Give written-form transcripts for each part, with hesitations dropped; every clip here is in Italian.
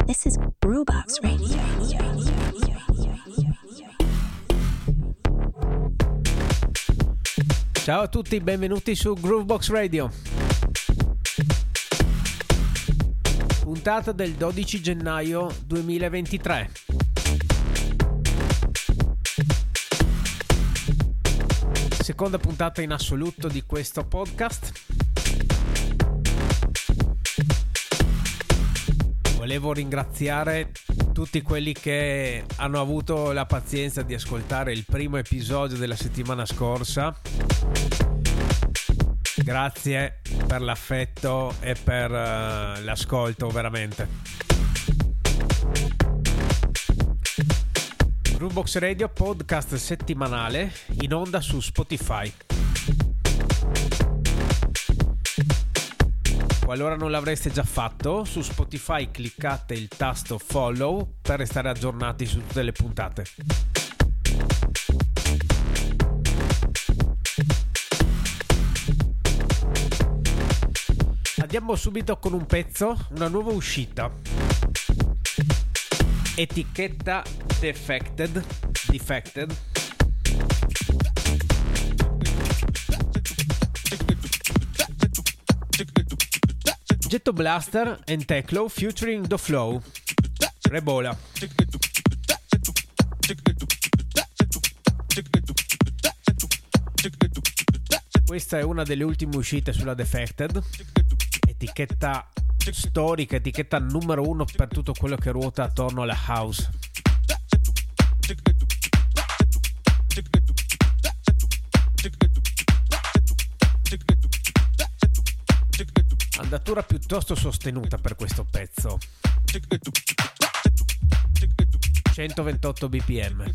This is Groovebox Radio. Ciao a tutti, benvenuti su Groovebox Radio. Puntata del 12 gennaio 2023. Seconda puntata in assoluto di questo podcast. Volevo ringraziare tutti quelli che hanno avuto la pazienza di ascoltare il primo episodio della settimana scorsa. Grazie per l'affetto e per l'ascolto, veramente. Groovebox Radio, podcast settimanale in onda su Spotify. Qualora non l'avreste già fatto, su Spotify cliccate il tasto follow per restare aggiornati su tutte le puntate. Andiamo subito con un pezzo, una nuova uscita. Etichetta Defected. Ghetto Blaster and Teclo featuring The Flow. Rebola. Questa è una delle ultime uscite sulla Defected, etichetta storica, etichetta numero 1 per tutto quello che ruota attorno alla house. Andatura piuttosto sostenuta per questo pezzo. 128 bpm.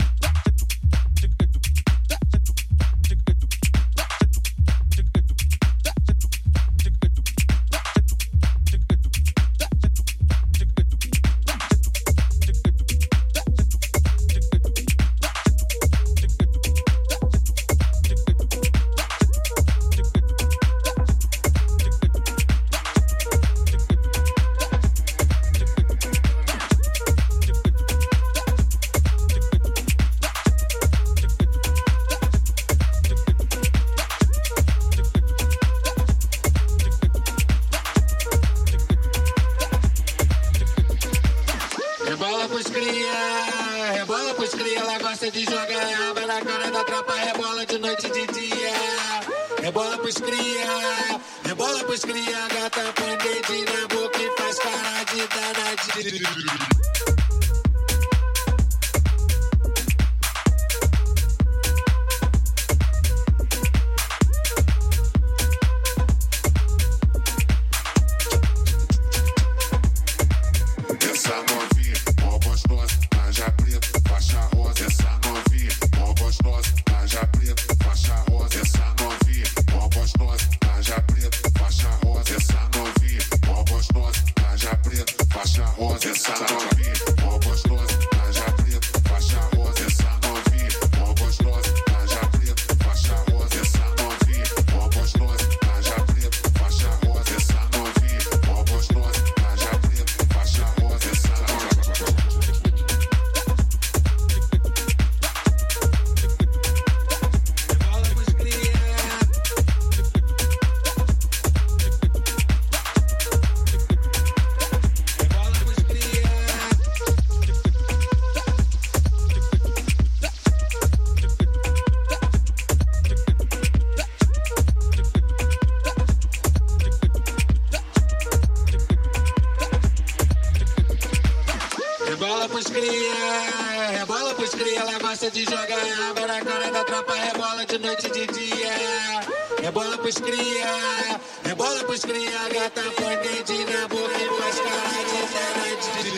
De jogar água na cara da tropa, rebola de noite e de dia. Rebola pros cria, rebola pros cria. Gata põe dedinho na boca e faz cara de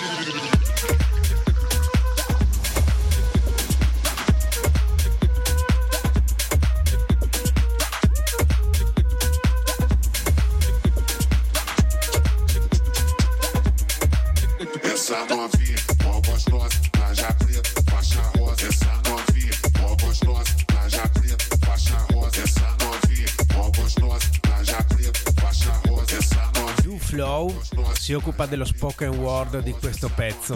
essa novinha, mó gostosa, tarja preta, faixa rosa. Essa novinha, mó gostosa, tarja preta, faixa rosa. Essa novinha, mó gostosa, tarja preta, faixa rosa. Essa novinha, Flow si occupa dello spoken word di questo pezzo.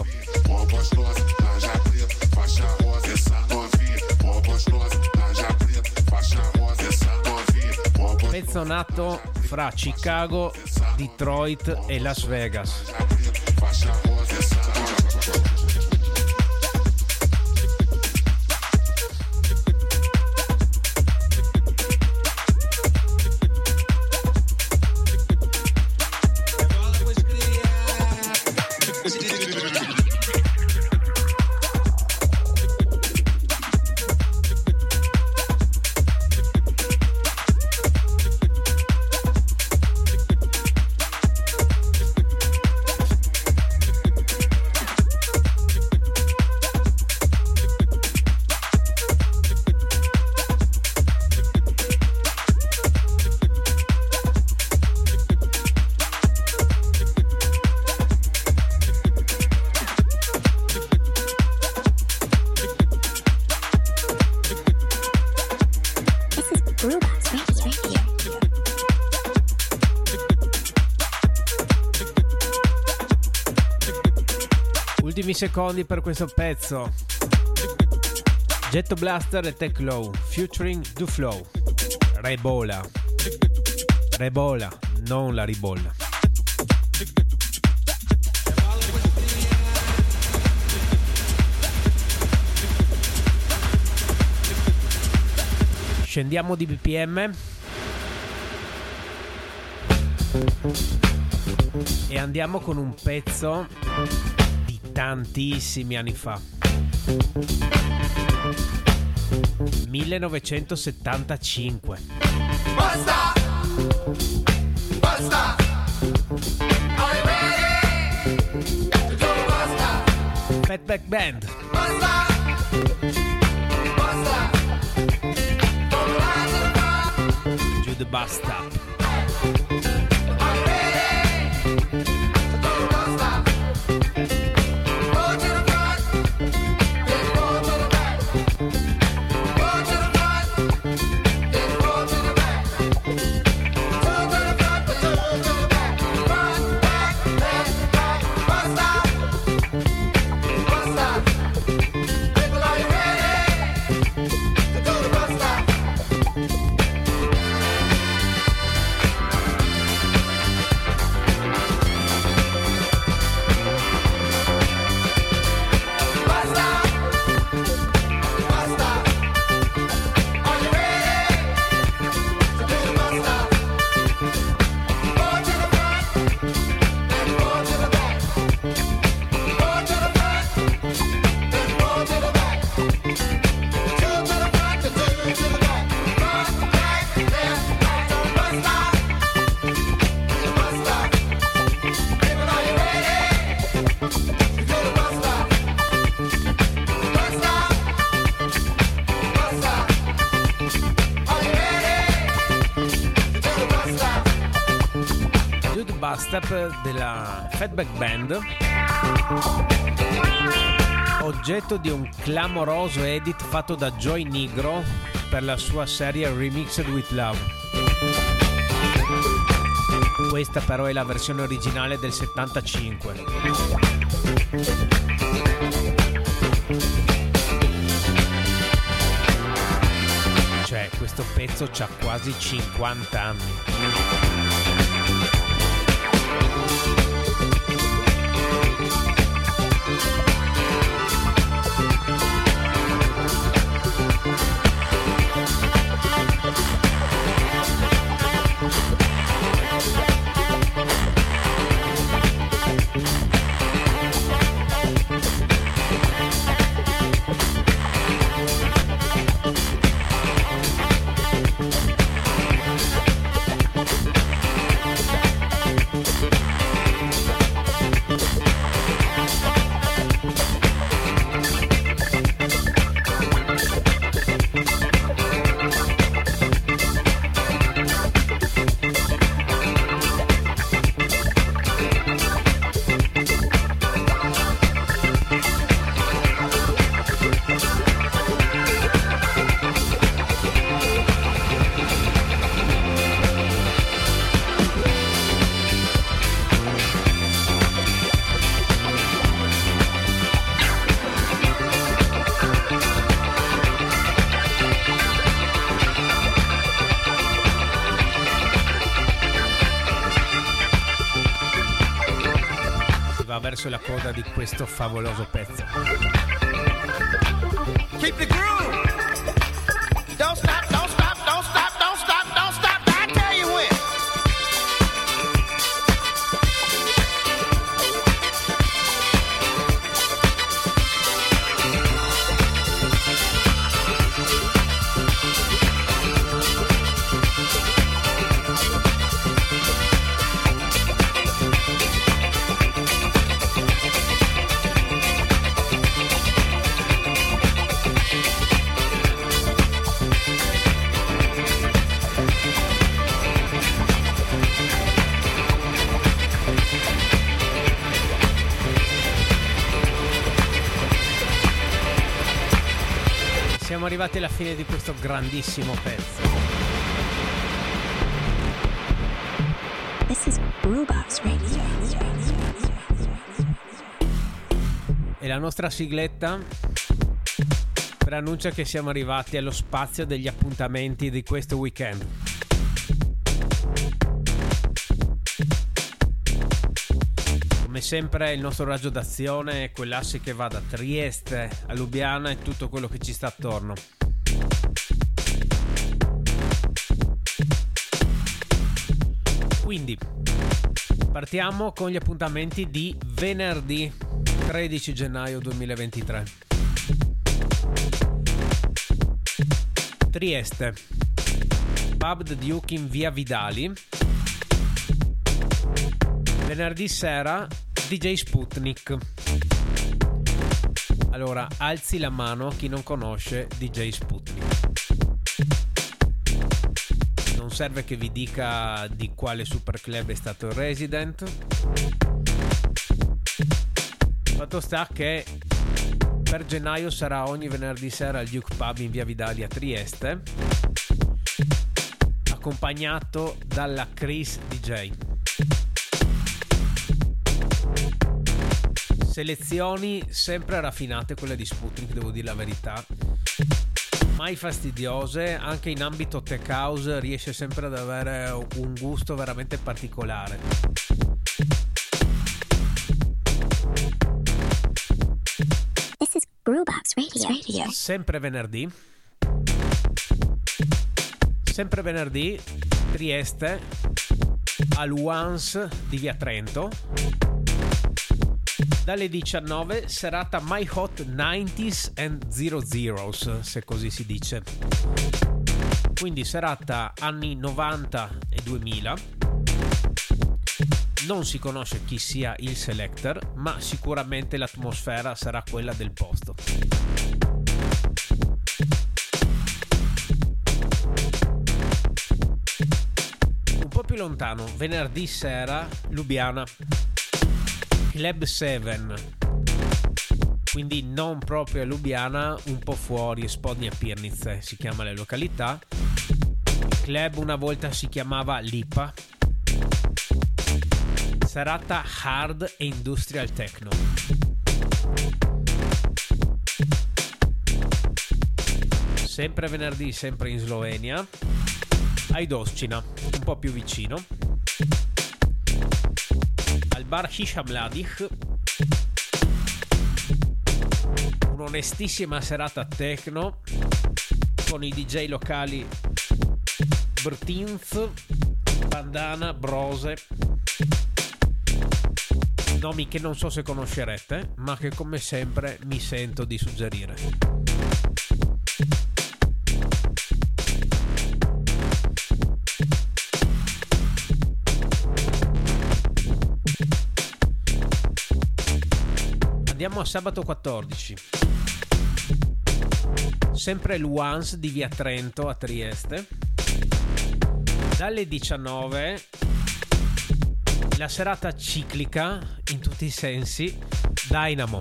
Pezzo nato fra Chicago, Detroit e Las Vegas. Ultimi secondi per questo pezzo. Ghetto Blaster e Tech Low featuring Duflow. Rebola, non la ribolla. Scendiamo di BPM e andiamo con un pezzo di tantissimi anni fa. 1975. Basta! Basta! Are you ready? To do basta! Fatback Band. Basta! Basta! Don't lie to the front. Jude Basta. Are you ready? To do basta! Go to the front. Then go to the back. Go to the front. Then go to the back. Two to the front, but two to the back. Front, back, left, right. Basta! Basta! People, are you ready to do the basta? Basta! Basta! Are you ready to do the basta? Go to the front and go to the back. Go to the front and go to the back. Two to the front and two to the back. Front, back, left, right. Basta! Basta! People, are you ready to do the basta? Basta! Basta! Are you ready to do the basta? Jude Basta della Fatback Band, oggetto di un clamoroso edit fatto da Joy Negro per la sua serie Remixed with Love. Questa però è la versione originale del 75. Cioè, questo pezzo c'ha quasi 50 anni. va verso la coda di questo favoloso pezzo. Keep the groove. Don't stop, don't stop, don't stop, don't stop, don't stop. I tell you when. Siamo arrivati alla fine di questo grandissimo pezzo. This is Brewbox Radio. E la nostra sigletta preannuncia che siamo arrivati allo spazio degli appuntamenti di questo weekend. Come sempre il nostro raggio d'azione è quell'asse che va da Trieste a Lubiana e tutto quello che ci sta attorno. Quindi partiamo con gli appuntamenti di venerdì 13 gennaio 2023. Trieste, Pub The Duke in via Vidali. Venerdì sera DJ Sputnik. Allora, alzi la mano chi non conosce DJ Sputnik. Non serve che vi dica di quale super club è stato il resident. Fatto sta che per gennaio sarà ogni venerdì sera al Duke Pub in via Vidali a Trieste, accompagnato dalla Chris DJ. Selezioni sempre raffinate quelle di Sputnik, devo dire la verità, mai fastidiose. Anche in ambito tech house riesce sempre ad avere un gusto veramente particolare. This is Brewbox Radio. Sempre venerdì Trieste al Once di via Trento. Dalle 19 serata My Hot 90s and 00s, se così si dice. Quindi serata anni 90 e 2000. Non si conosce chi sia il selector, ma sicuramente l'atmosfera sarà quella del posto. Un po' più lontano, venerdì sera, Lubiana, Club 7, quindi non proprio a Lubiana, un po' fuori, Spodnia Pirnice si chiama la località. Il club una volta si chiamava Lipa. Serata hard e industrial techno. Sempre venerdì, sempre in Slovenia, Aidoscina, un po' più vicino, al bar Hisha Mladich, un'onestissima serata techno con i DJ locali Bertinz, Bandana, Brose, nomi che non so se conoscerete, ma che come sempre mi sento di suggerire. Andiamo a sabato 14. Sempre l'Uance di via Trento a Trieste. Dalle 19 la serata ciclica in tutti i sensi, Dynamo.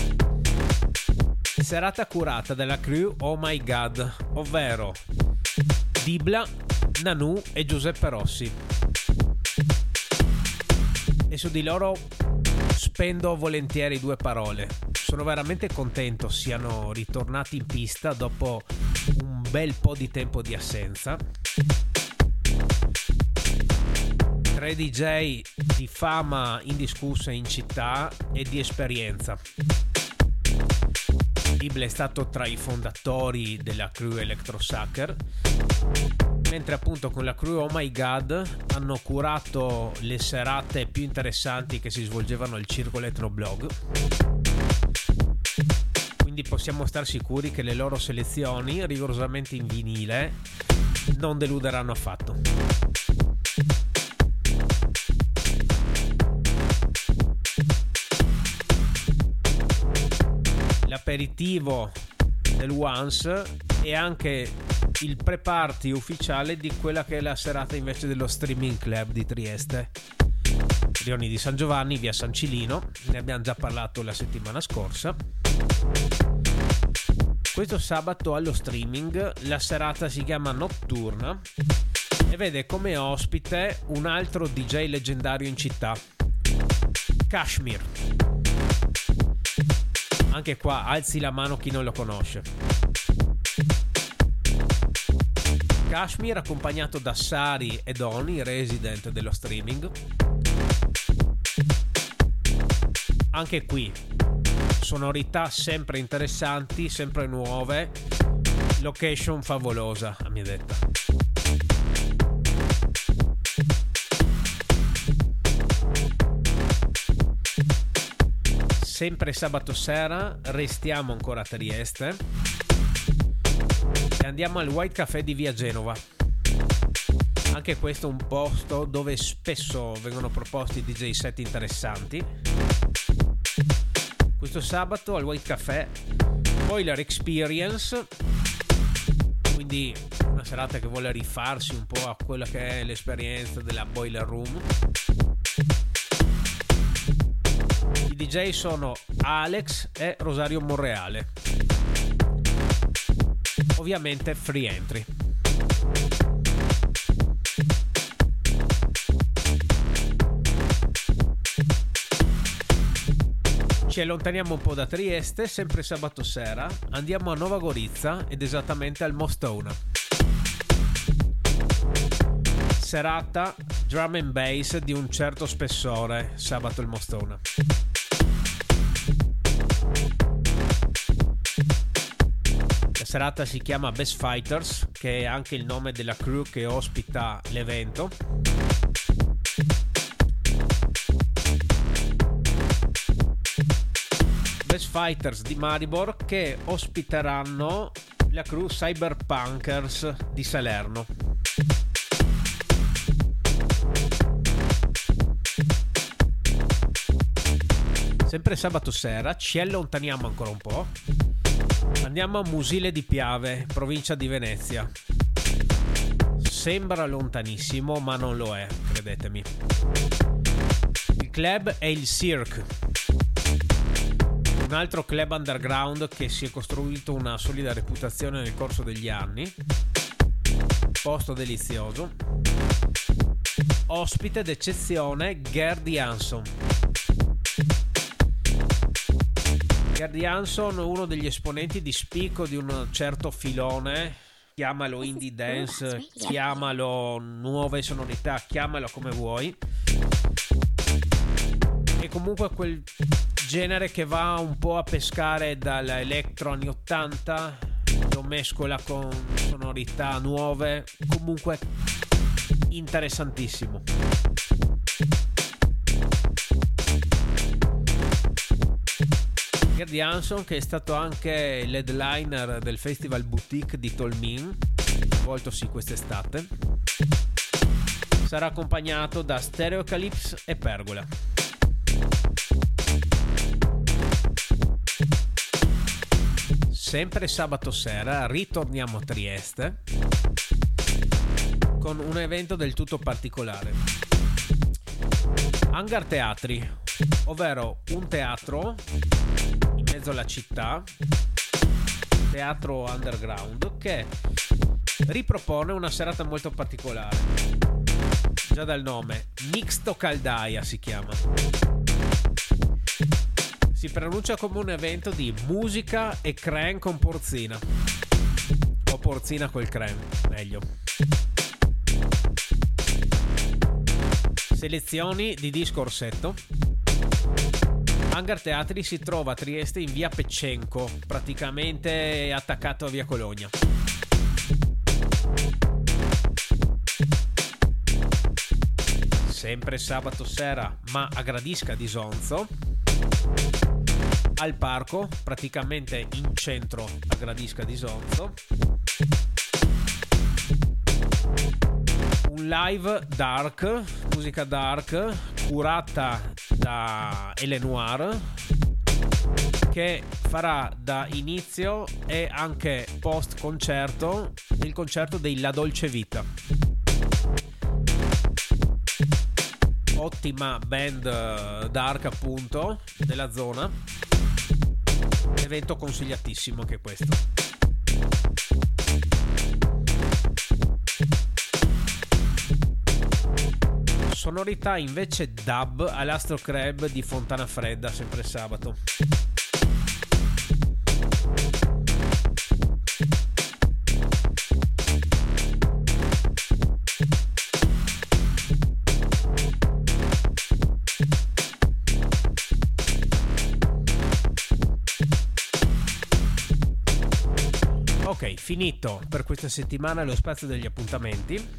Serata curata dalla crew Oh My God, ovvero Dibla, Nanu e Giuseppe Rossi. E su di loro spendo volentieri due parole. Sono veramente contento siano ritornati in pista dopo un bel po' di tempo di assenza. 3 DJ di fama indiscussa in città e di esperienza. Dibble è stato tra i fondatori della crew Electro Sucker, mentre appunto con la crew Oh My God hanno curato le serate più interessanti che si svolgevano al Circolo Etnoblog. Quindi possiamo star sicuri che le loro selezioni, rigorosamente in vinile, non deluderanno affatto. L'aperitivo del Once è anche il pre-party ufficiale di quella che è la serata invece dello Streaming Club di Trieste, Rioni di San Giovanni, via San Cilino. Ne abbiamo già parlato la settimana scorsa. Questo sabato allo streaming la serata si chiama Notturna e vede come ospite un altro DJ leggendario in città, Kashmir. Anche qua alzi la mano chi non lo conosce. Kashmir accompagnato da Sari e Doni, resident dello streaming. Anche qui sonorità sempre interessanti, sempre nuove, location favolosa a mia detta. Sempre sabato sera restiamo ancora a Trieste e andiamo al White Café di via Genova. Anche questo è un posto dove spesso vengono proposti DJ set interessanti. Questo sabato al White Café Boiler Experience, quindi una serata che vuole rifarsi un po' a quella che è l'esperienza della Boiler Room. I DJ sono Alex e Rosario Monreale. Ovviamente free entry. Ci allontaniamo un po' da Trieste, sempre sabato sera, andiamo a Nova Gorizia ed esattamente al Mostona. Serata drum and bass di un certo spessore, sabato il Mostona. La serata si chiama Best Fighters, che è anche il nome della crew che ospita l'evento. Best Fighters di Maribor che ospiteranno la crew Cyberpunkers di Salerno. Sempre sabato sera ci allontaniamo ancora un po'. Andiamo a Musile di Piave, provincia di Venezia. Sembra lontanissimo, ma non lo è, credetemi. Il club è il Cirque, un altro club underground che si è costruito una solida reputazione nel corso degli anni. Posto delizioso. Ospite d'eccezione Gerd Jansson. Gerd Jansson, uno degli esponenti di spicco di un certo filone, chiamalo indie dance, chiamalo nuove sonorità, chiamalo come vuoi. E comunque quel genere che va un po' a pescare dall'electro anni 80, lo mescola con sonorità nuove, comunque interessantissimo. Gerd Jansson, che è stato anche l'headliner del Festival Boutique di Tolmin, svoltosi quest'estate, sarà accompagnato da Stereocalypse e Pergola. Sempre sabato sera ritorniamo a Trieste con un evento del tutto particolare. Hangar Teatri, ovvero un teatro in mezzo alla città, teatro underground, che ripropone una serata molto particolare. Già dal nome, Mixto Caldaia si chiama. Si pronuncia come un evento di musica e crème con porzina, o porzina col crème, meglio. Selezioni di disco Orsetto. Hangar Teatri si trova a Trieste in via Peccenco, praticamente attaccato a via Cologna. Sempre sabato sera, ma a Gradisca di Sonzo, al parco, praticamente in centro a Gradisca di Sonzo. Un live dark, musica dark, curata da Ele Noir, che farà da inizio e anche post concerto il concerto dei La Dolce Vita. Ottima band dark appunto della zona, evento consigliatissimo anche questo. Sonorità invece dub all'Astro Crab di Fontana Fredda, sempre sabato. Ok, finito per questa settimana lo spazio degli appuntamenti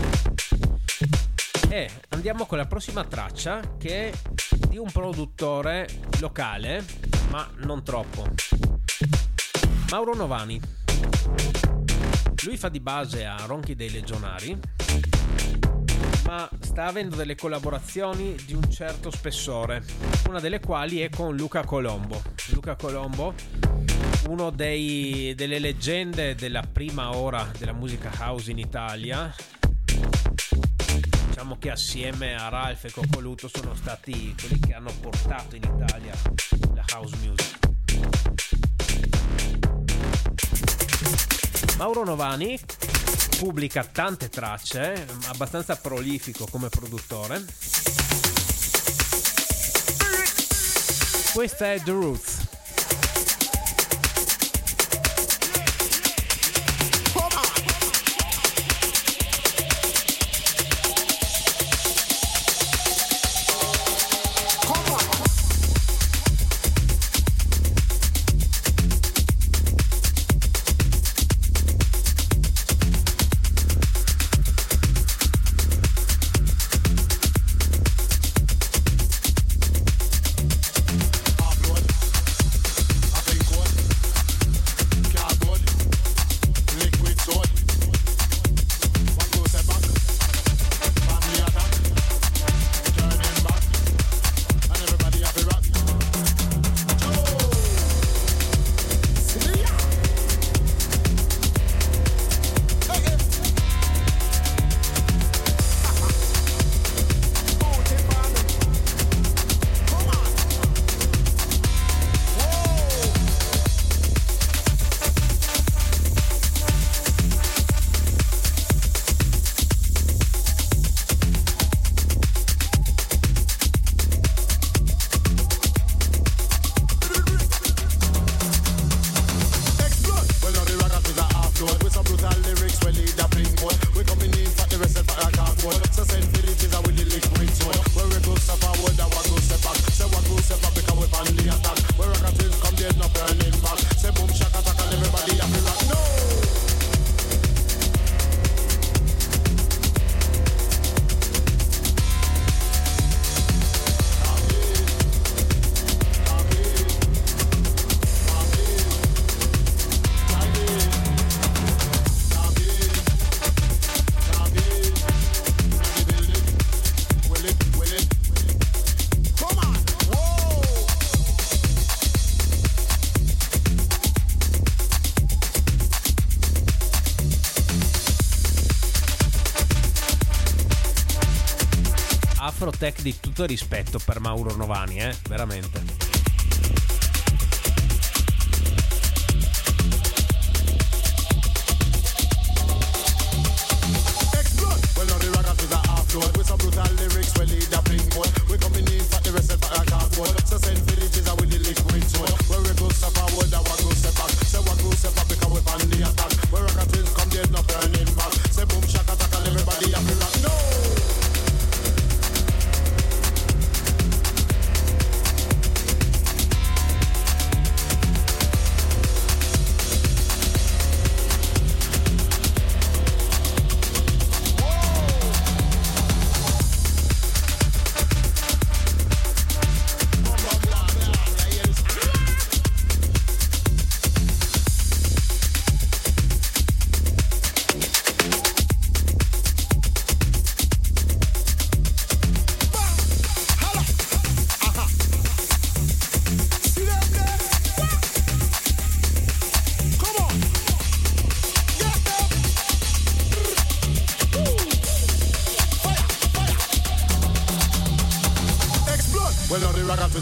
e andiamo con la prossima traccia, che è di un produttore locale ma non troppo, Mauro Novani. Lui fa di base a Ronchi dei Legionari, ma sta avendo delle collaborazioni di un certo spessore, una delle quali è con Luca Colombo. Luca Colombo, uno delle leggende della prima ora della musica house in Italia. Diciamo che assieme a Ralph e Coccoluto sono stati quelli che hanno portato in Italia la house music. Mauro Novani pubblica tante tracce, abbastanza prolifico come produttore. Questa è The Roots. Afrotech di tutto rispetto per Mauro Novani, veramente. With some brutal lyrics, we lead a pink boy. We coming in for the rest of our cardboard. So send for the teaser with the liquid sword. Where we go step forward, and we go step back. Say what go step back because we on the attack. Where rocket twins come, there's no turning back. Say boom, shaka, attack, and everybody have to rock. No!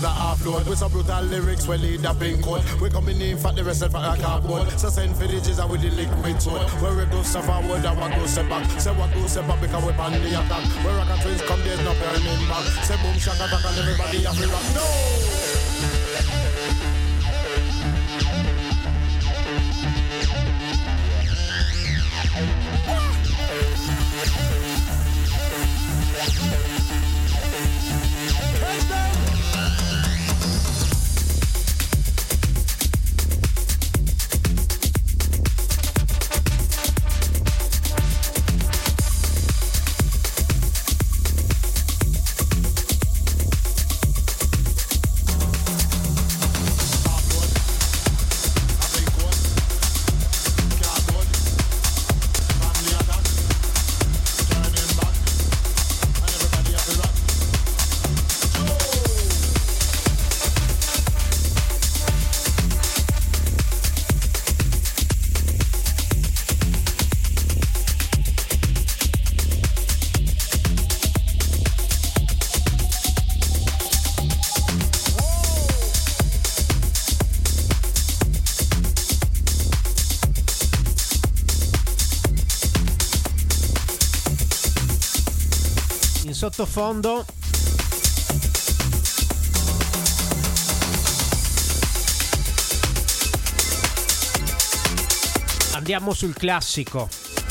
the offload with some brutal lyrics. We lead the pink code. We coming in for the rest of our cardboard. So send for the jizz with the liquid sword. Where we go step forward and what go step back. Say what go step back because we pan the attack. Where rock and twins come, there's no turning back. Say boom shaka attack and everybody have to rock. No! Sottofondo andiamo sul classico.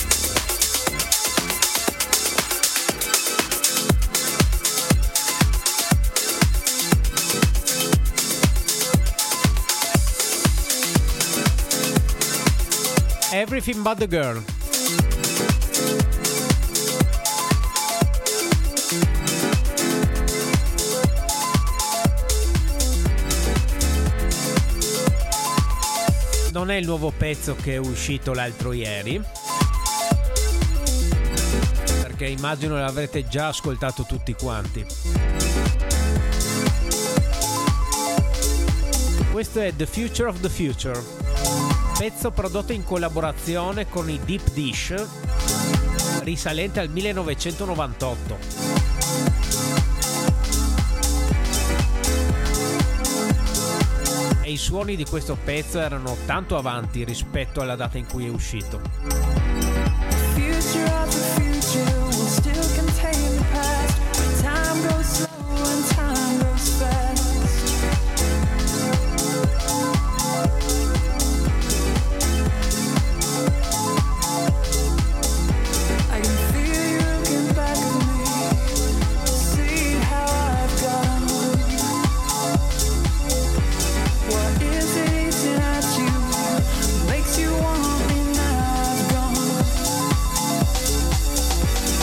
Everything But the Girl. Non è il nuovo pezzo che è uscito l'altro ieri, perché immagino l'avrete già ascoltato tutti quanti. Questo è The Future of the Future, pezzo prodotto in collaborazione con i Deep Dish, risalente al 1998. E i suoni di questo pezzo erano tanto avanti rispetto alla data in cui è uscito. Future of the future will still contain the past. When time goes slow and time goes fast. I can feel you looking back at me, see how I've gone. What is it eating at you? Makes you want me now I've gone.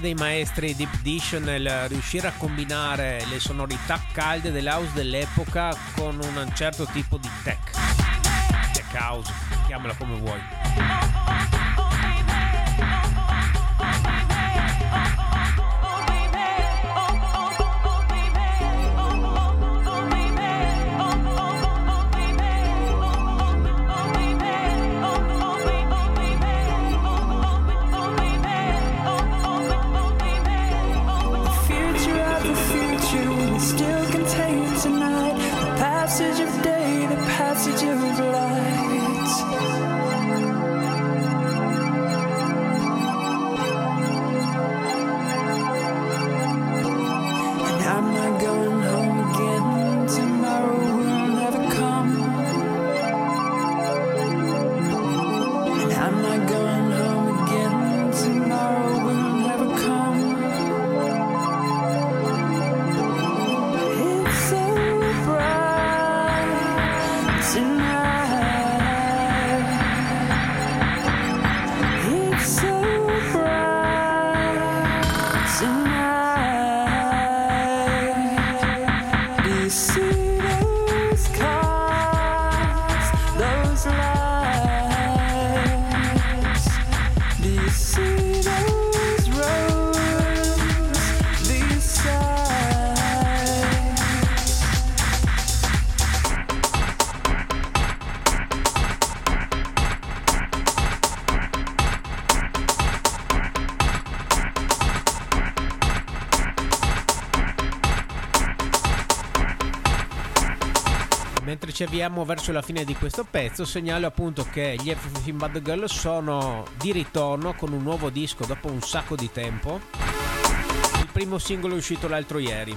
dei maestri Deep Dish nel riuscire a combinare le sonorità calde dell'house dell'epoca con un certo tipo di tech house, chiamala come vuoi. Mentre ci avviamo verso la fine di questo pezzo, segnalo appunto che gli Everything But The Girl sono di ritorno con un nuovo disco dopo un sacco di tempo. Il primo singolo è uscito l'altro ieri.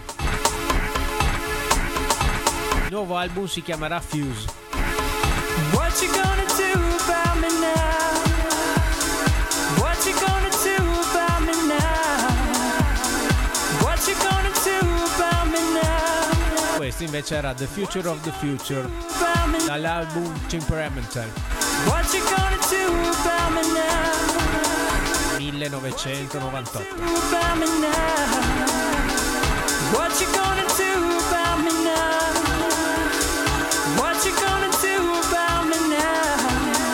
Il nuovo album si chiamerà Fuse. What you gonna do about me now? What you gonna do about me now? What you gonna do about me now? Questo invece era The Future of the Future dall'album Temperamental What you gonna do about me now? 1998. About me now? What you gonna do about me now? What you gonna do about me now?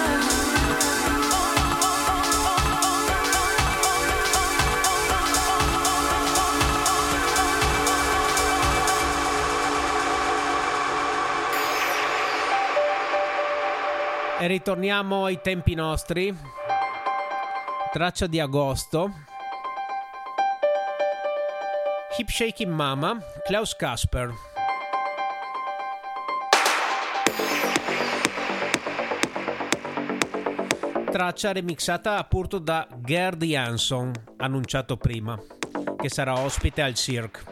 E ritorniamo ai tempi nostri. Traccia di agosto. Hip Shaking Mama, Klaus Kasper. Traccia remixata appunto da Gerd Jansson, annunciato prima, che sarà ospite al Cirque.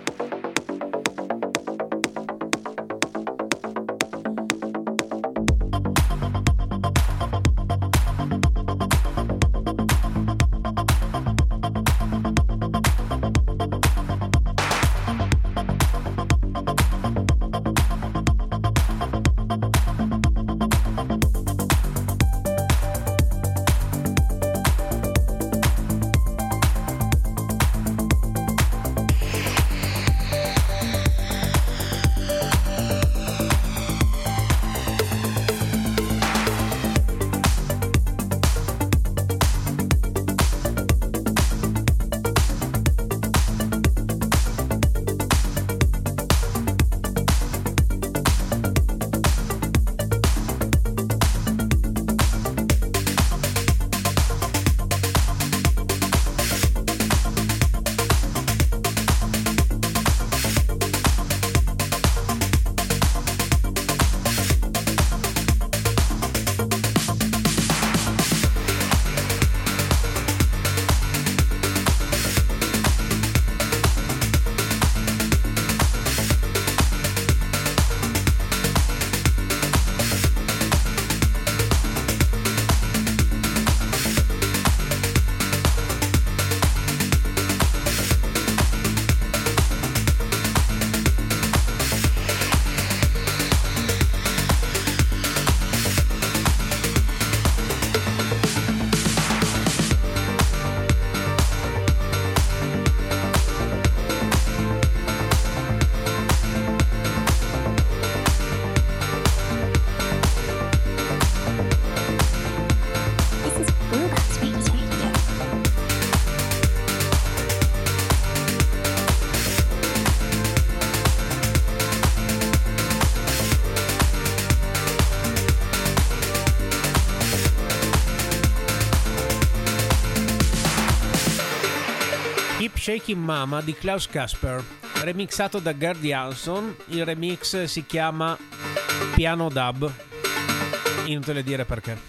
Shaking Mama di Klaus Kasper, remixato da Gerd Jansson. Il remix si chiama Piano Dub, inutile dire perché.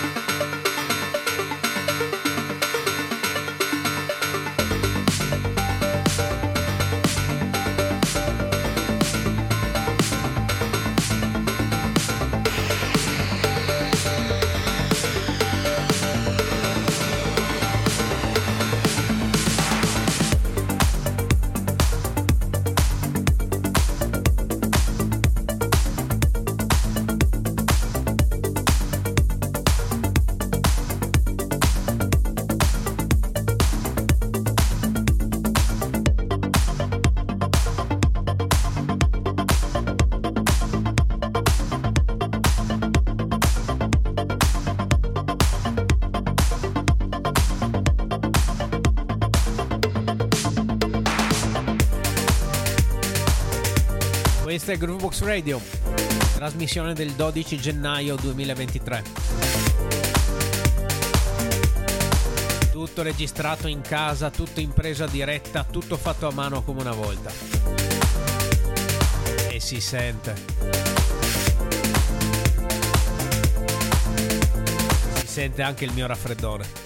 Questa è Groovebox Radio, trasmissione del 12 gennaio 2023. Tutto registrato in casa, tutto in presa diretta, tutto fatto a mano come una volta. E si sente. Si sente anche il mio raffreddore.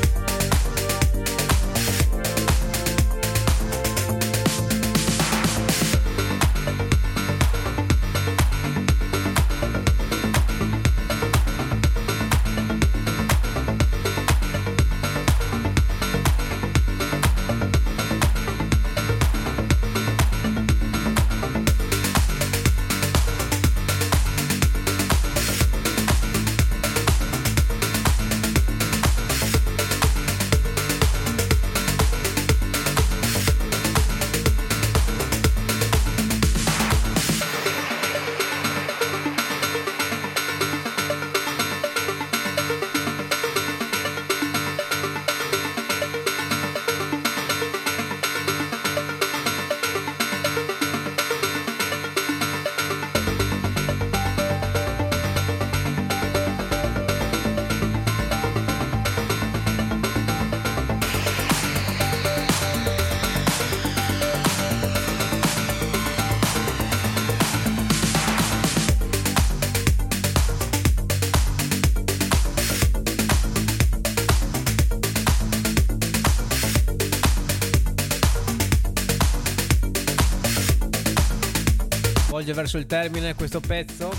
Volge verso il termine questo pezzo.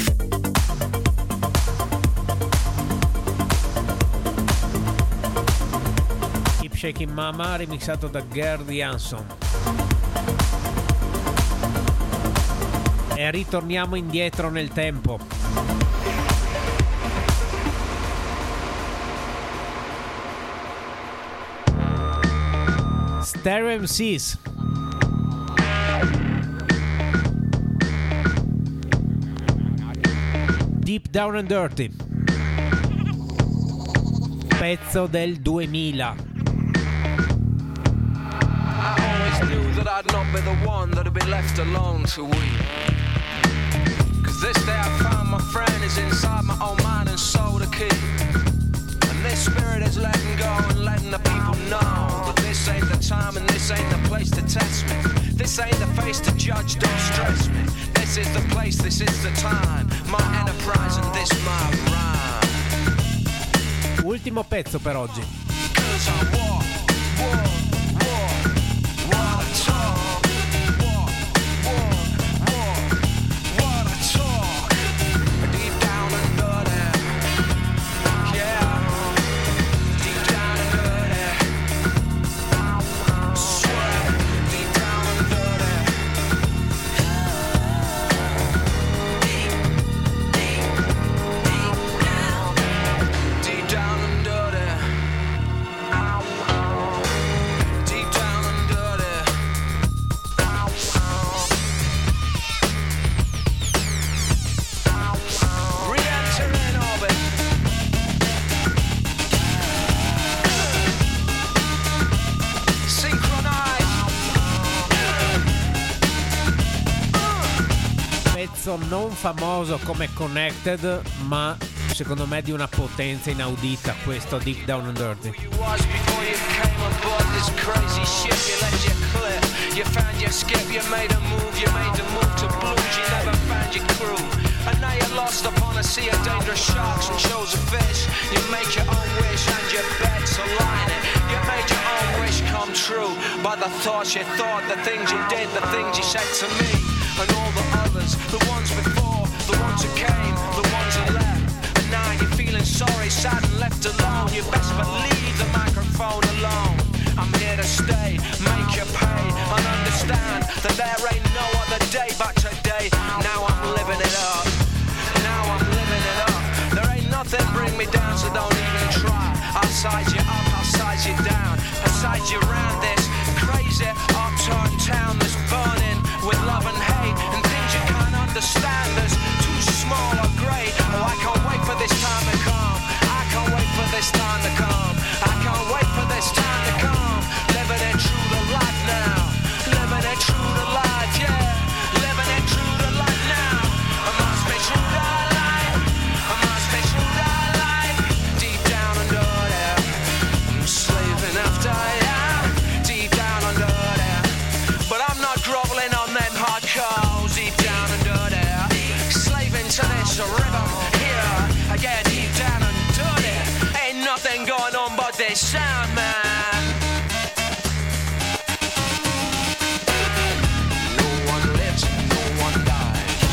Keep Shaking Mama, remixato da Gerd Jansson. E ritorniamo indietro nel tempo. Stereo MCs. Deep Down and Dirty, pezzo del 2000. I always knew that I'd not be the one that'd be left alone to weep. Cause this day I found my friend is inside my own mind and soul to keep. And this spirit is letting go and letting the people know that this ain't the time and this ain't the place to test me. This ain't the face to judge, don't stress me. This is the place, this is the time. My enterprise and this my rhyme. Ultimo pezzo per oggi. Cause I walk, while I talk. Walk, while I talk. Deep down and dirty. Yeah. Deep down and dirty. Swear. Deep down and dirty. Deep down and dirty. Deep down and dirty. Re-enter in orbit. Synchronize. Pezzo non famoso come Connected, ma secondo me di una potenza inaudita, questo Deep Down and Dirty. You was before you came aboard this crazy ship, you left your clip, you found your skip, you made a move, you made the move to blues, you never found your crew. And now you're lost upon a sea of dangerous sharks and shows of fish. You make your own wish and your bets align it. You made your own wish come true by the thoughts you thought, the things you did, the things you said to me. And all the others, the ones before, the ones who came, the ones who left. And now you're feeling sorry, sad and left alone. You best believe the microphone alone. I'm here to stay, make you pay, and understand that there ain't no other day but today. Now I'm living it up. Now I'm living it up. There ain't nothing bring me down, so don't even try. I'll size you up, I'll size you down, I'll size you round this crazy upturn town that's burning with love and hate and things you can't understand. There's too small or great. Oh, I can't wait for this time to come. I can't wait for this time to come. I can't wait for this time to come. Living it true to life now. Living it true to life, yeah. Living it true to life now. I must be true to life. I must be true to life. Deep down under there, I'm slaving after ya. Deep down under there, but I'm not groveling on them hard coals. Deep down under there, slaving to this rhythm here. Yeah, deep down under there, ain't nothing going on but this sound, man. No one lives, no one dies.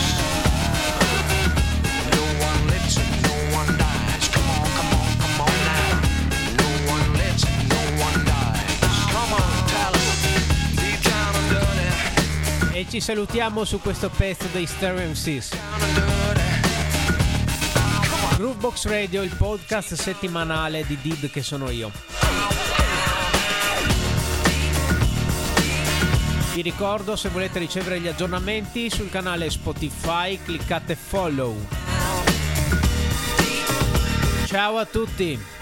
No one lives, no one dies. Come on, come on, come on now. No one lives, no one dies. Come on, tell us. Deep down under there. E ci salutiamo su questo pezzo dei Stereo MCs. Down under there. Groovebox Radio, il podcast settimanale di Did che sono io. Vi ricordo, se volete ricevere gli aggiornamenti sul canale Spotify, cliccate follow. Ciao a tutti!